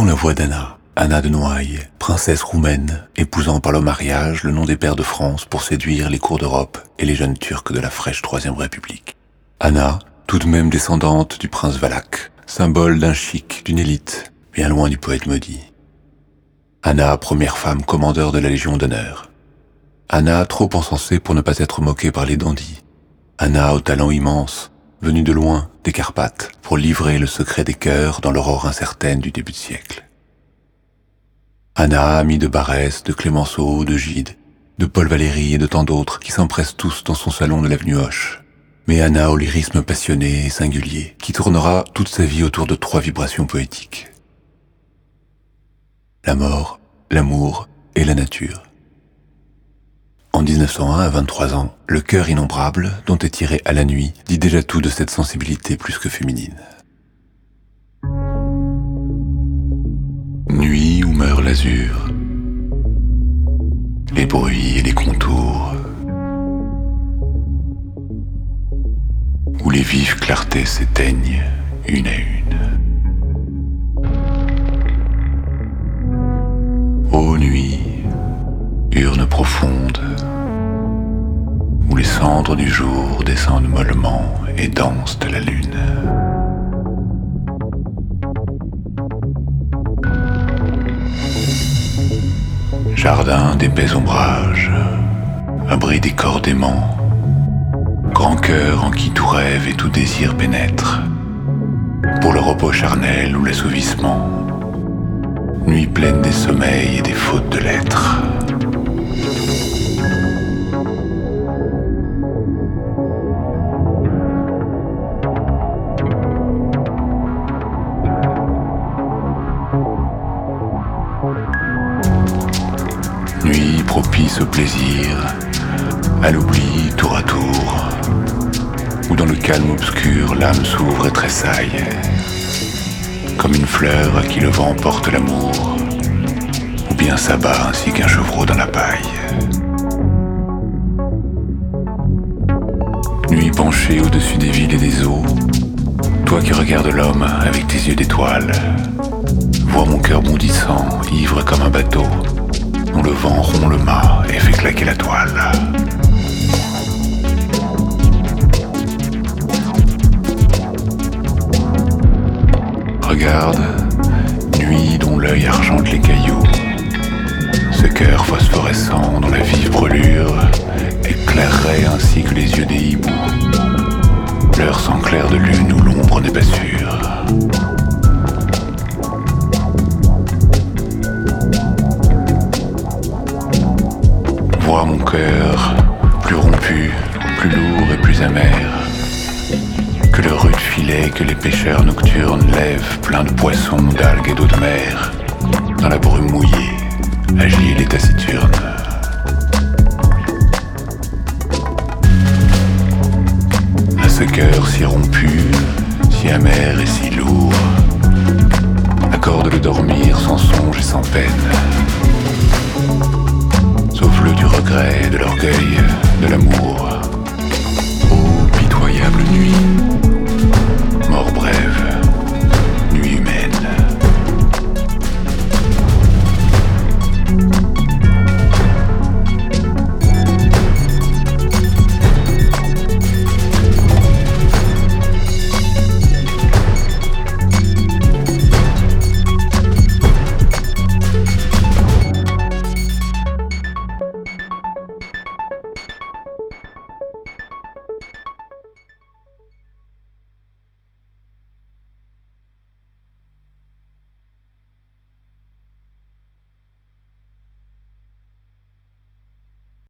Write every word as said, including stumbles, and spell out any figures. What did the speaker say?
Écoutons la voix d'Anna, Anna de Noailles, princesse roumaine, épousant par le mariage le nom des pairs de France pour séduire les cours d'Europe et les jeunes Turcs de la fraîche Troisième République. Anna, tout de même descendante du prince Valak, symbole d'un chic, d'une élite, bien loin du poète maudit. Anna, première femme commandeur de la Légion d'honneur. Anna, trop encensée pour ne pas être moquée par les dandys. Anna, au talent immense, venue de loin, des Carpates, pour livrer le secret des cœurs dans l'aurore incertaine du début de siècle. Anna, amie de Barès, de Clémenceau, de Gide, de Paul Valéry et de tant d'autres qui s'empressent tous dans son salon de l'avenue Hoche. Mais Anna au lyrisme passionné et singulier, qui tournera toute sa vie autour de trois vibrations poétiques. La mort, l'amour et la nature. En dix-neuf cent un, à vingt-trois ans, le cœur innombrable, dont est tiré À la nuit, dit déjà tout de cette sensibilité plus que féminine. Nuit où meurt l'azur, les bruits et les contours, où les vives clartés s'éteignent une à une. Ô nuit, urne profonde, où les cendres du jour descendent mollement et dansent à la lune. Jardin d'épais ombrages, abri des corps d'aimants, grand cœur en qui tout rêve et tout désir pénètre, pour le repos charnel ou l'assouvissement, nuit pleine des sommeils et des fautes de l'être. Nuit propice au plaisir, à l'oubli tour à tour, où dans le calme obscur l'âme s'ouvre et tressaille, comme une fleur à qui le vent porte l'amour, ou bien s'abat ainsi qu'un chevreau dans la paille. Nuit penchée au-dessus des villes et des eaux, toi qui regardes l'homme avec tes yeux d'étoile, vois mon cœur bondissant, ivre comme un bateau, dont le vent rompt le mât et fait claquer la toile. Regarde, nuit dont l'œil argente les cailloux, ce cœur phosphorescent dont la vive brûlure éclairerait ainsi que les yeux des hiboux, l'heure sans clair de lune où l'ombre n'est pas sûre. Vois mon cœur, plus rompu, plus lourd et plus amer, que le rude filet que les pêcheurs nocturnes lèvent plein de poissons, d'algues et d'eau de mer, dans la brume mouillée, agile et taciturne. À ce cœur si rompu, si amer et si lourd, accorde-le dormir sans songe et sans peine. Sauve-le du regret, de l'orgueil, de l'amour. Ô pitoyable nuit,